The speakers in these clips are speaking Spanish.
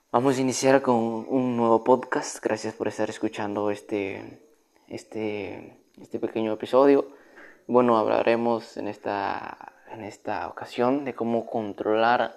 Vamos a iniciar con un nuevo podcast. Gracias por estar escuchando este pequeño episodio. Bueno, hablaremos en esta ocasión de cómo controlar,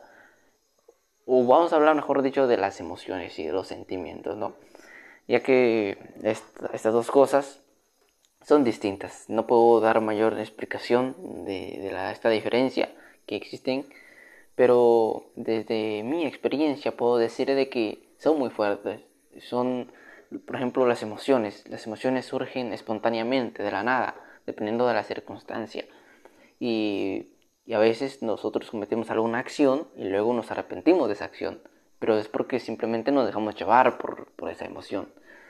o vamos a hablar, mejor dicho, de las emociones y de los sentimientos, ¿no? Ya que estas dos cosas son distintas. No puedo dar mayor explicación de esta diferencia que existen, pero desde mi experiencia puedo decir de que son muy fuertes. Son, por ejemplo, las emociones. Las emociones surgen espontáneamente, de la nada, dependiendo de la circunstancia. Y, y a veces nosotros cometemos alguna acción y luego nos arrepentimos de esa acción, pero es porque simplemente nos dejamos llevar por esa emoción.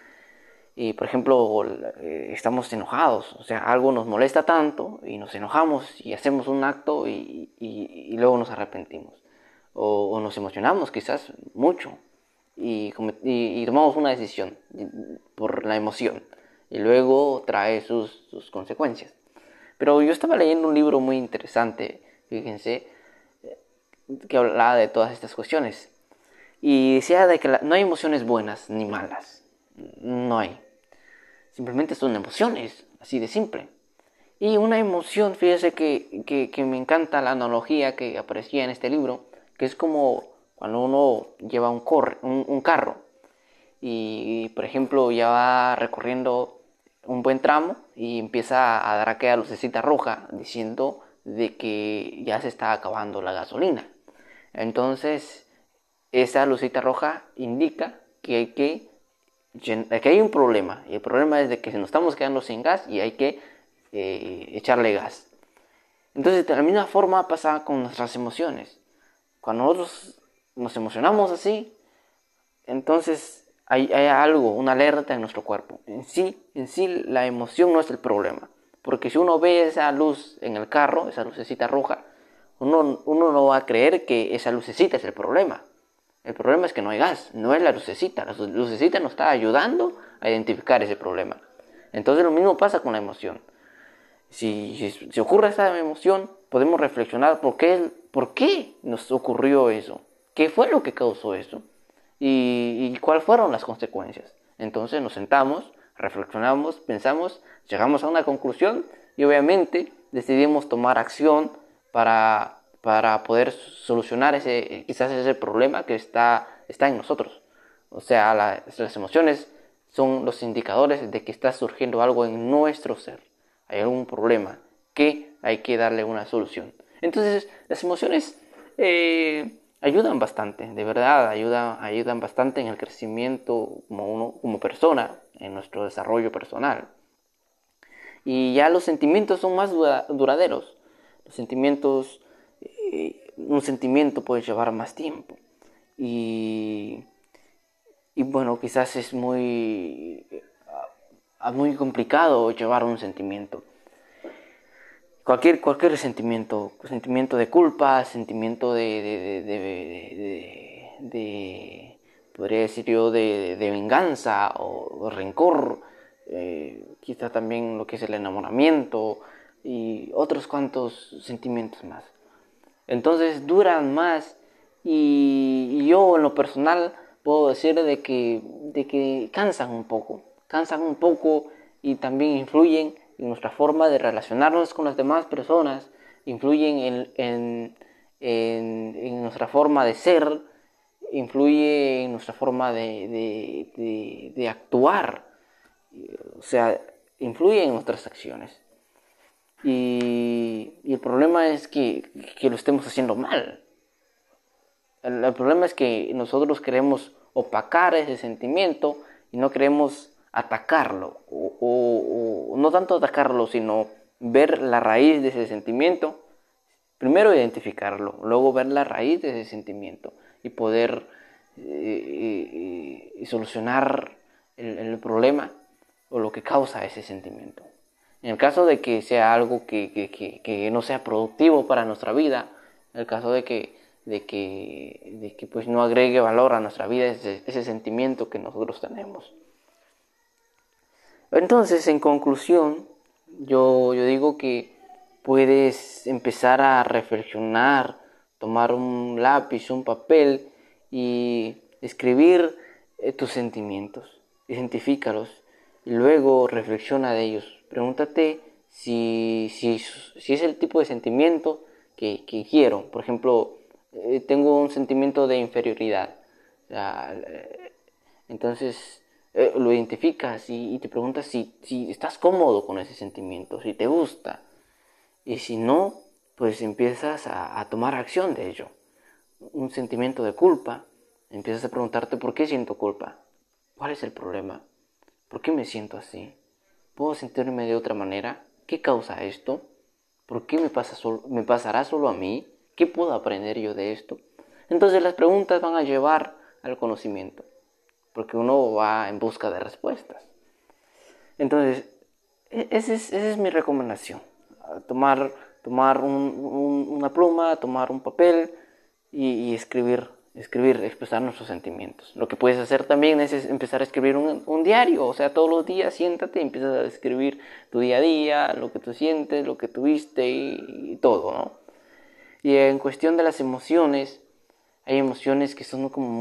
Y por ejemplo, estamos enojados, o sea, algo nos molesta tanto y nos enojamos y hacemos un acto y luego nos arrepentimos. O nos emocionamos quizás mucho y tomamos una decisión por la emoción y luego trae sus consecuencias. Pero yo estaba leyendo un libro muy interesante, fíjense, que hablaba de todas estas cuestiones. Y decía de que no hay emociones buenas ni malas. No hay. Simplemente son emociones, así de simple. Y una emoción, fíjese que me encanta la analogía que aparecía en este libro, que es como cuando uno lleva un carro y, por ejemplo, ya va recorriendo un buen tramo y empieza a dar aquella lucecita roja diciendo de que ya se está acabando la gasolina. Entonces, esa lucita roja indica que hay un problema. Y el problema es de que nos estamos quedando sin gas y hay que echarle gas. Entonces, de la misma forma pasa con nuestras emociones. Cuando nosotros nos emocionamos así, entonces hay algo, una alerta en nuestro cuerpo. En sí, la emoción no es el problema. Porque si uno ve esa luz en el carro, esa lucecita roja, uno no va a creer que esa lucecita es el problema. El problema es que no hay gas, no es la lucecita. La lucecita nos está ayudando a identificar ese problema. Entonces lo mismo pasa con la emoción. Si ocurre esa emoción, podemos reflexionar por qué nos ocurrió eso. ¿Qué fue lo que causó eso? Y cuáles fueron las consecuencias. Entonces nos sentamos, reflexionamos, pensamos, llegamos a una conclusión y obviamente decidimos tomar acción para poder solucionar quizás ese problema que está en nosotros. O sea, las emociones son los indicadores de que está surgiendo algo en nuestro ser. Hay algún problema que hay que darle una solución. Entonces, las emociones ayudan bastante, de verdad, ayudan bastante en el crecimiento como persona, en nuestro desarrollo personal. Y ya los sentimientos son más duraderos. Los sentimientos, un sentimiento puede llevar más tiempo. Y, y bueno, quizás es muy complicado llevar un sentimiento. Cualquier sentimiento de culpa, sentimiento podría decir yo, de venganza o rencor, quizá también lo que es el enamoramiento y otros cuantos sentimientos más. Entonces duran más y yo en lo personal puedo decir de que cansan un poco y también influyen en nuestra forma de relacionarnos con las demás personas, influyen en nuestra forma de ser, influye en nuestra forma de actuar, o sea, influye en nuestras acciones. Y el problema es que lo estemos haciendo mal. El problema es que nosotros queremos opacar ese sentimiento y no queremos atacarlo. O no tanto atacarlo, sino ver la raíz de ese sentimiento. Primero identificarlo, luego ver la raíz de ese sentimiento y poder solucionar el problema o lo que causa ese sentimiento. En el caso de que sea algo que no sea productivo para nuestra vida, en el caso de que pues no agregue valor a nuestra vida ese sentimiento que nosotros tenemos. Entonces, en conclusión, yo digo que puedes empezar a reflexionar, tomar un lápiz, un papel y escribir tus sentimientos, identifícalos y luego reflexiona de ellos. Pregúntate si es el tipo de sentimiento que quiero. Por ejemplo, tengo un sentimiento de inferioridad. O sea, entonces lo identificas y te preguntas si estás cómodo con ese sentimiento, si te gusta. Y si no, pues empiezas a tomar acción de ello. Un sentimiento de culpa, empiezas a preguntarte por qué siento culpa. ¿Cuál es el problema? ¿Por qué me siento así? ¿Puedo sentirme de otra manera? ¿Qué causa esto? ¿Por qué me pasará solo a mí? ¿Qué puedo aprender yo de esto? Entonces las preguntas van a llevar al conocimiento, porque uno va en busca de respuestas. Entonces, esa es mi recomendación. Tomar una pluma, tomar un papel y escribir, expresar nuestros sentimientos. Lo que puedes hacer también es empezar a escribir un diario. O sea, todos los días siéntate y empiezas a escribir tu día a día, lo que tú sientes, lo que tuviste y todo, ¿no? Y en cuestión de las emociones, hay emociones que son como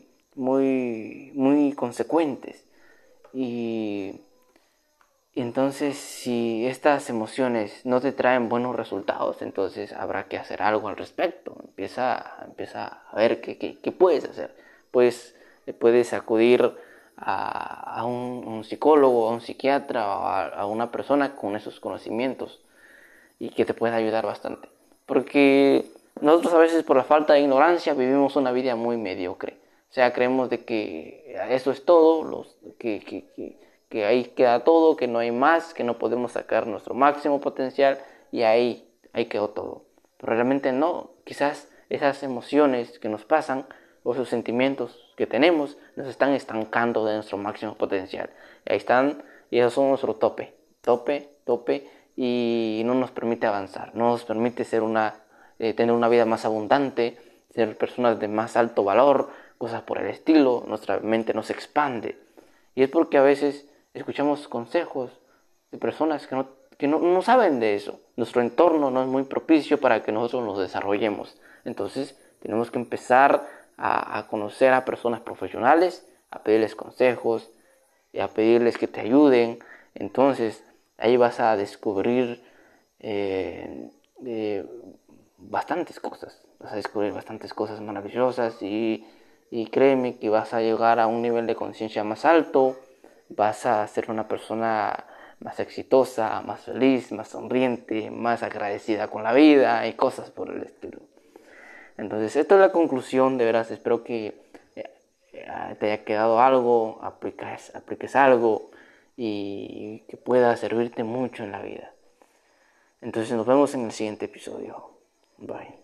muy consecuentes. Y entonces, si estas emociones no te traen buenos resultados, entonces habrá que hacer algo al respecto. Empieza a ver qué puedes hacer. Puedes acudir a un psicólogo, a un psiquiatra o a una persona con esos conocimientos y que te pueda ayudar bastante. Porque nosotros a veces por la falta de ignorancia vivimos una vida muy mediocre. O sea, creemos de que eso es todo, que ahí queda todo, que no hay más, que no podemos sacar nuestro máximo potencial y ahí quedó todo. Pero realmente no, quizás esas emociones que nos pasan o esos sentimientos que tenemos nos están estancando de nuestro máximo potencial. Y ahí están, y esos son nuestro tope, y no nos permite avanzar, no nos permite tener una vida más abundante, ser personas de más alto valor, cosas por el estilo. Nuestra mente no se expande. Y es porque a veces escuchamos consejos de personas que no saben de eso. Nuestro entorno no es muy propicio para que nosotros nos desarrollemos. Entonces tenemos que empezar a conocer a personas profesionales, a pedirles consejos y a pedirles que te ayuden. Entonces ahí vas a descubrir bastantes cosas. Vas a descubrir bastantes cosas maravillosas y créeme que vas a llegar a un nivel de conciencia más alto. Vas a ser una persona más exitosa, más feliz, más sonriente, más agradecida con la vida y cosas por el estilo. Entonces, esta es la conclusión. De veras, espero que te haya quedado algo, apliques algo y que pueda servirte mucho en la vida. Entonces, nos vemos en el siguiente episodio. Bye.